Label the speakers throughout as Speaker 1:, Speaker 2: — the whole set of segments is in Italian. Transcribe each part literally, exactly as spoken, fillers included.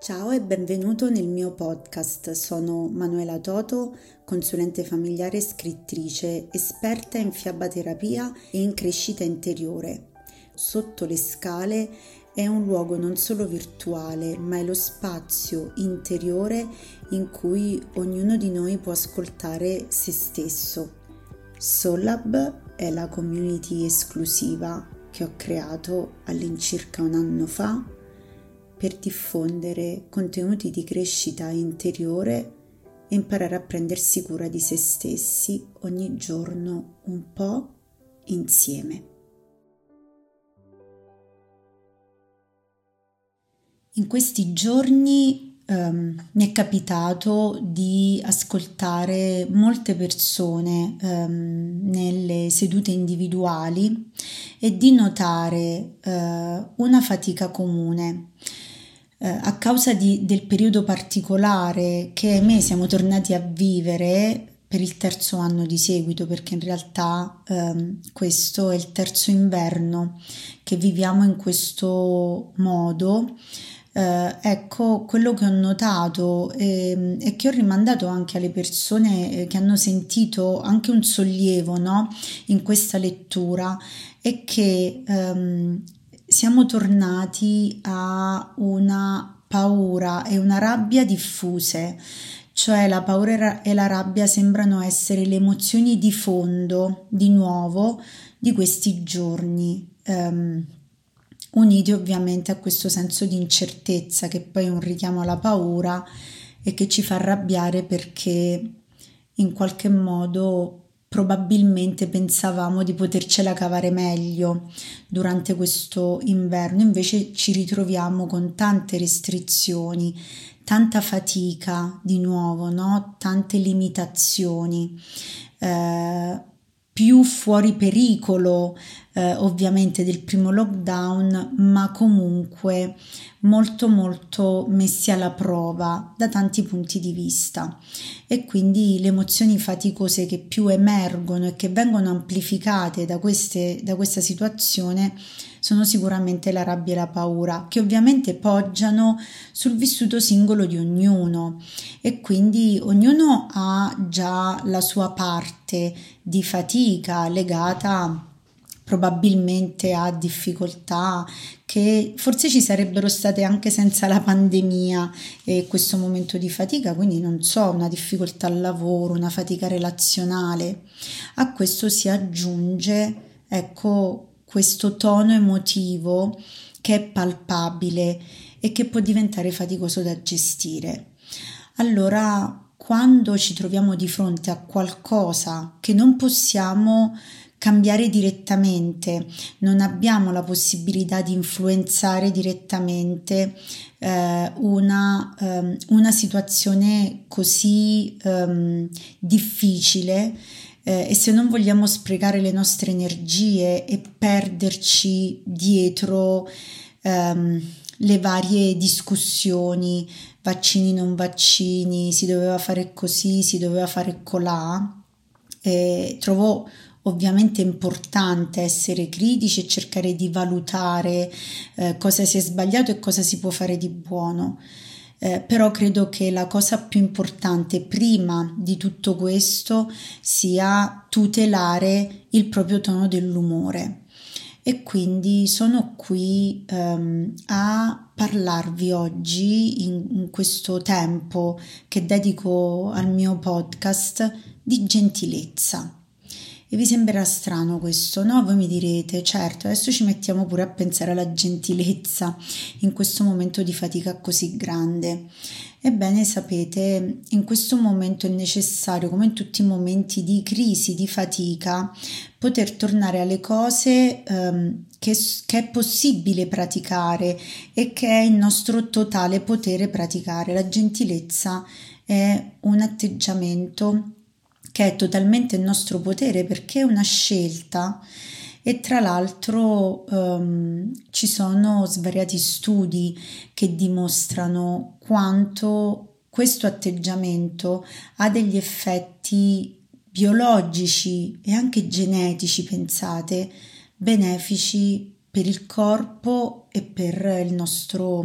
Speaker 1: Ciao e benvenuto nel mio podcast. Sono Manuela Toto, consulente familiare e scrittrice, esperta in fiabaterapia e in crescita interiore. Sotto le scale è un luogo non solo virtuale, ma è lo spazio interiore in cui ognuno di noi può ascoltare se stesso. Soulab è la community esclusiva che ho creato all'incirca un anno fa per diffondere contenuti di crescita interiore e imparare a prendersi cura di se stessi ogni giorno un po' insieme. In questi giorni um, mi è capitato di ascoltare molte persone um, nelle sedute individuali e di notare uh, una fatica comune. A causa di, del periodo particolare che ahimè siamo tornati a vivere per il terzo anno di seguito, perché in realtà ehm, questo è il terzo inverno che viviamo in questo modo, eh, ecco, quello che ho notato e, e che ho rimandato anche alle persone che hanno sentito anche un sollievo, no? In questa lettura è che ehm, siamo tornati a una paura e una rabbia diffuse, cioè la paura e la rabbia sembrano essere le emozioni di fondo, di nuovo, di questi giorni, um, uniti ovviamente a questo senso di incertezza che poi è un richiamo alla paura e che ci fa arrabbiare perché in qualche modo probabilmente pensavamo di potercela cavare meglio durante questo inverno, invece ci ritroviamo con tante restrizioni, tanta fatica di nuovo, no? Tante limitazioni, eh, più fuori pericolo eh, ovviamente del primo lockdown, ma comunque molto molto messi alla prova da tanti punti di vista, e quindi le emozioni faticose che più emergono e che vengono amplificate da queste da questa situazione sono sicuramente la rabbia e la paura, che ovviamente poggiano sul vissuto singolo di ognuno, e quindi ognuno ha già la sua parte di fatica legata probabilmente a difficoltà che forse ci sarebbero state anche senza la pandemia e questo momento di fatica, quindi non so, una difficoltà al lavoro, una fatica relazionale. A questo si aggiunge, ecco, questo tono emotivo che è palpabile e che può diventare faticoso da gestire. Allora, quando ci troviamo di fronte a qualcosa che non possiamo cambiare direttamente, non abbiamo la possibilità di influenzare direttamente eh, una, um, una situazione così um, difficile, eh, e se non vogliamo sprecare le nostre energie e perderci dietro um, le varie discussioni, vaccini non vaccini, si doveva fare così, si doveva fare colà, eh, trovo ovviamente è importante essere critici e cercare di valutare eh, cosa si è sbagliato e cosa si può fare di buono, eh, però credo che la cosa più importante prima di tutto questo sia tutelare il proprio tono dell'umore, e quindi sono qui um, a parlarvi oggi in, in questo tempo che dedico al mio podcast di gentilezza. E vi sembrerà strano questo, no? Voi mi direte, certo, adesso ci mettiamo pure a pensare alla gentilezza in questo momento di fatica così grande. Ebbene, sapete, in questo momento è necessario, come in tutti i momenti di crisi, di fatica, poter tornare alle cose um, che, che è possibile praticare e che è il nostro totale potere praticare. La gentilezza è un atteggiamento che è totalmente il nostro potere, perché è una scelta, e tra l'altro um, ci sono svariati studi che dimostrano quanto questo atteggiamento ha degli effetti biologici e anche genetici, pensate, benefici per il corpo e per il nostro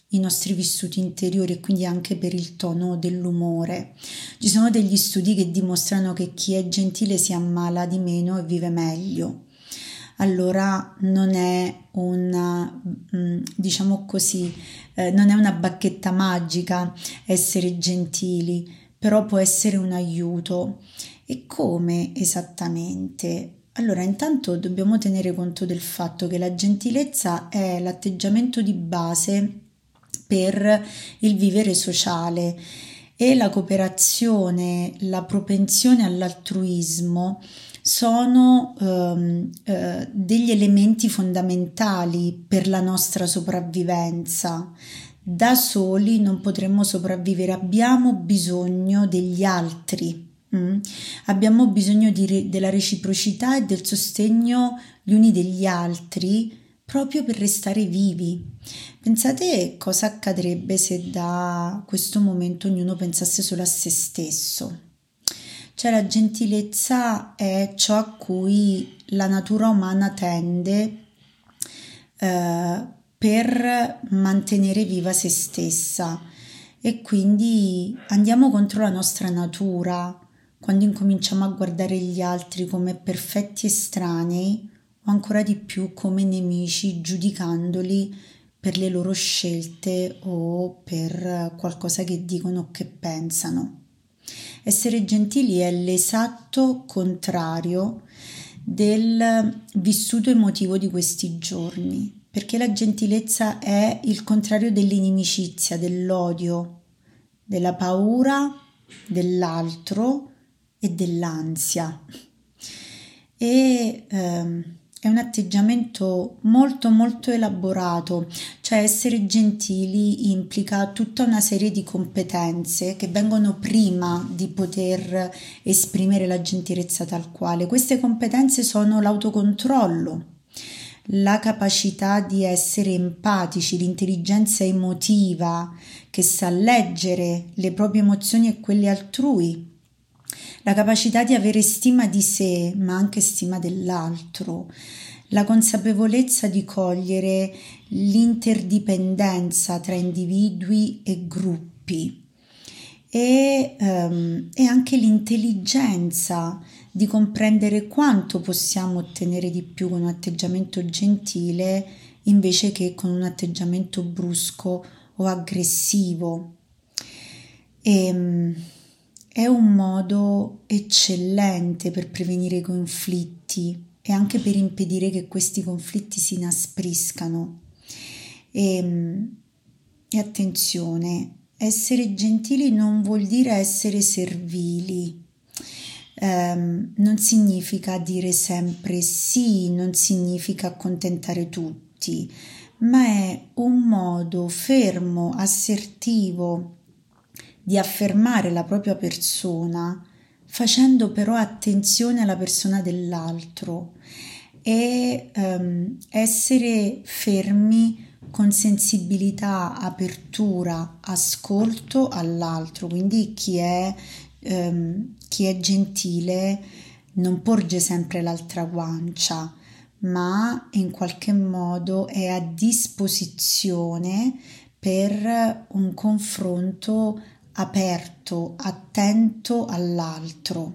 Speaker 1: i nostri vissuti interiori e quindi anche per il tono dell'umore. Ci sono degli studi che dimostrano che chi è gentile si ammala di meno e vive meglio. Allora non è una, diciamo così, eh, non è una bacchetta magica essere gentili, però può essere un aiuto. E come esattamente? Allora, intanto dobbiamo tenere conto del fatto che la gentilezza è l'atteggiamento di base per il vivere sociale e la cooperazione, la propensione all'altruismo sono ehm, eh, degli elementi fondamentali per la nostra sopravvivenza. Da soli non potremmo sopravvivere, abbiamo bisogno degli altri. Mm. Abbiamo bisogno di re- della reciprocità e del sostegno gli uni degli altri proprio per restare vivi. Pensate cosa accadrebbe se da questo momento ognuno pensasse solo a se stesso. Cioè la gentilezza è ciò a cui la natura umana tende eh, per mantenere viva se stessa e quindi andiamo contro la nostra natura quando incominciamo a guardare gli altri come perfetti estranei o ancora di più come nemici, giudicandoli per le loro scelte o per qualcosa che dicono o che pensano. Essere gentili è l'esatto contrario del vissuto emotivo di questi giorni, perché la gentilezza è il contrario dell'inimicizia, dell'odio, della paura dell'altro e dell'ansia. E ehm, è un atteggiamento molto molto elaborato, cioè essere gentili implica tutta una serie di competenze che vengono prima di poter esprimere la gentilezza tal quale. Queste competenze sono l'autocontrollo, la capacità di essere empatici, l'intelligenza emotiva che sa leggere le proprie emozioni e quelle altrui, la capacità di avere stima di sé ma anche stima dell'altro, la consapevolezza di cogliere l'interdipendenza tra individui e gruppi e, um, e anche l'intelligenza di comprendere quanto possiamo ottenere di più con un atteggiamento gentile invece che con un atteggiamento brusco o aggressivo. E, è un modo eccellente per prevenire i conflitti e anche per impedire che questi conflitti si inaspriscano. E, e attenzione, essere gentili non vuol dire essere servili. Um, non significa dire sempre sì, non significa accontentare tutti, ma è un modo fermo, assertivo di affermare la propria persona, facendo però attenzione alla persona dell'altro e um, essere fermi con sensibilità, apertura, ascolto all'altro. Quindi chi è Um, chi è gentile non porge sempre l'altra guancia, ma in qualche modo è a disposizione per un confronto aperto, attento all'altro.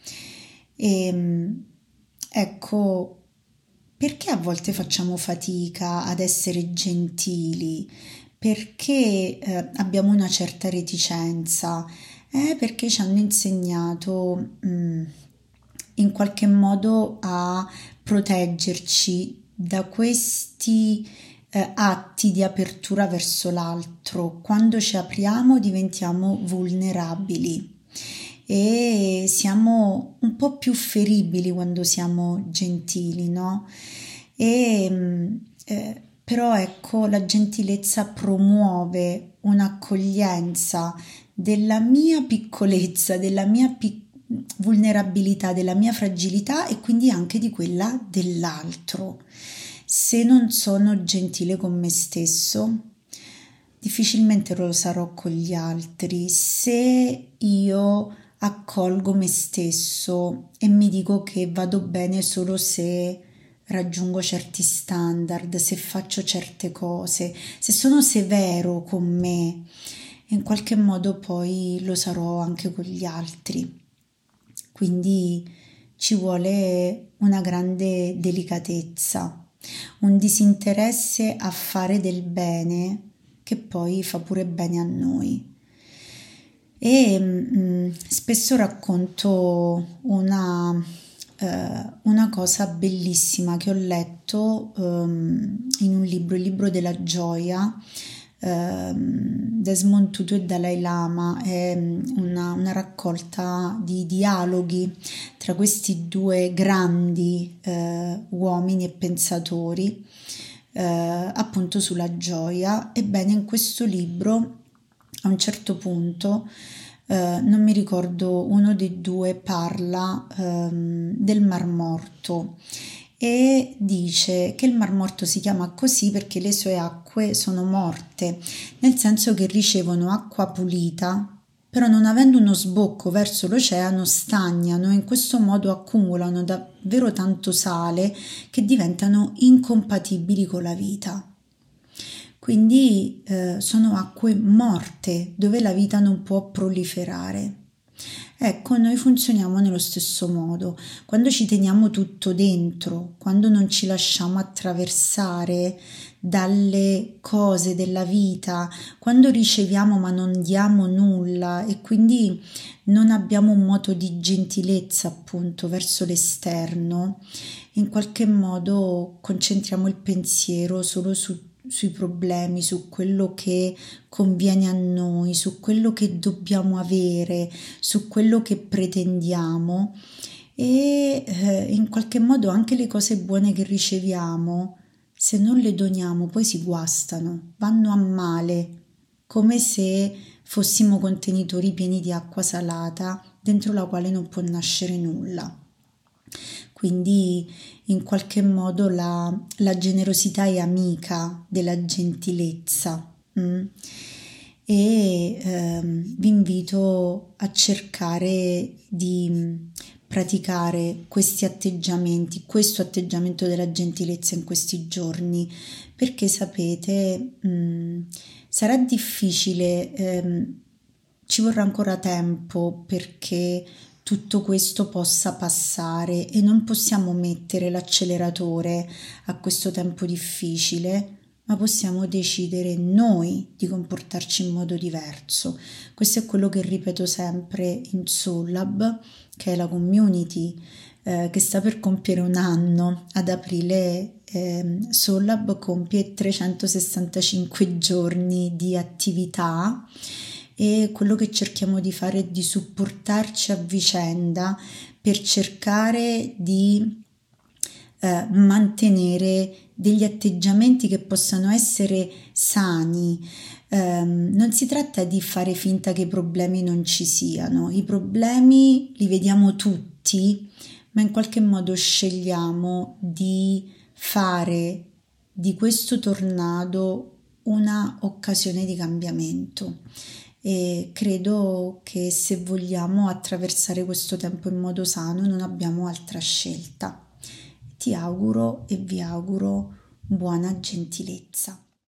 Speaker 1: E, ecco, perché a volte facciamo fatica ad essere gentili? Perché eh, abbiamo una certa reticenza? Eh, perché ci hanno insegnato mh, in qualche modo a proteggerci da questi eh, atti di apertura verso l'altro. Quando ci apriamo diventiamo vulnerabili e siamo un po' più feribili quando siamo gentili, no? E, mh, eh, però ecco, la gentilezza promuove un'accoglienza della mia piccolezza, della mia pic- vulnerabilità, della mia fragilità e quindi anche di quella dell'altro. Se non sono gentile con me stesso, difficilmente lo sarò con gli altri. Se io accolgo me stesso e mi dico che vado bene solo se raggiungo certi standard, se faccio certe cose, se sono severo con me, in qualche modo poi lo sarò anche con gli altri. Quindi ci vuole una grande delicatezza, un disinteresse a fare del bene che poi fa pure bene a noi. E mh, spesso racconto una, eh, una cosa bellissima che ho letto um, in un libro, il libro della gioia. Desmond Tutu e Dalai Lama, è una, una raccolta di dialoghi tra questi due grandi eh, uomini e pensatori eh, appunto sulla gioia. Ebbene, in questo libro a un certo punto eh, non mi ricordo, uno dei due parla ehm, del Mar Morto e dice che il Mar Morto si chiama così perché le sue acque sono morte, nel senso che ricevono acqua pulita, però non avendo uno sbocco verso l'oceano stagnano e in questo modo accumulano davvero tanto sale che diventano incompatibili con la vita. Quindi eh, sono acque morte dove la vita non può proliferare. Ecco, noi funzioniamo nello stesso modo. Quando ci teniamo tutto dentro, quando non ci lasciamo attraversare dalle cose della vita, quando riceviamo ma non diamo nulla e quindi non abbiamo un moto di gentilezza appunto verso l'esterno, in qualche modo concentriamo il pensiero solo su sui problemi, su quello che conviene a noi, su quello che dobbiamo avere, su quello che pretendiamo e eh, in qualche modo anche le cose buone che riceviamo, se non le doniamo, poi si guastano, vanno a male, come se fossimo contenitori pieni di acqua salata dentro la quale non può nascere nulla. Quindi in qualche modo la, la generosità è amica della gentilezza mm? e ehm, vi invito a cercare di praticare questi atteggiamenti, questo atteggiamento della gentilezza in questi giorni, perché sapete mh, sarà difficile, ehm, ci vorrà ancora tempo perché tutto questo possa passare e non possiamo mettere l'acceleratore a questo tempo difficile, ma possiamo decidere noi di comportarci in modo diverso. Questo è quello che ripeto sempre in Soul Lab, che è la community eh, che sta per compiere un anno. Ad aprile eh, Soul Lab compie trecentosessantacinque giorni di attività e quello che cerchiamo di fare è di supportarci a vicenda per cercare di eh, mantenere degli atteggiamenti che possano essere sani. Eh, non si tratta di fare finta che i problemi non ci siano, i problemi li vediamo tutti, ma in qualche modo scegliamo di fare di questo tornado una occasione di cambiamento. E credo che se vogliamo attraversare questo tempo in modo sano non abbiamo altra scelta. Ti auguro e vi auguro buona gentilezza.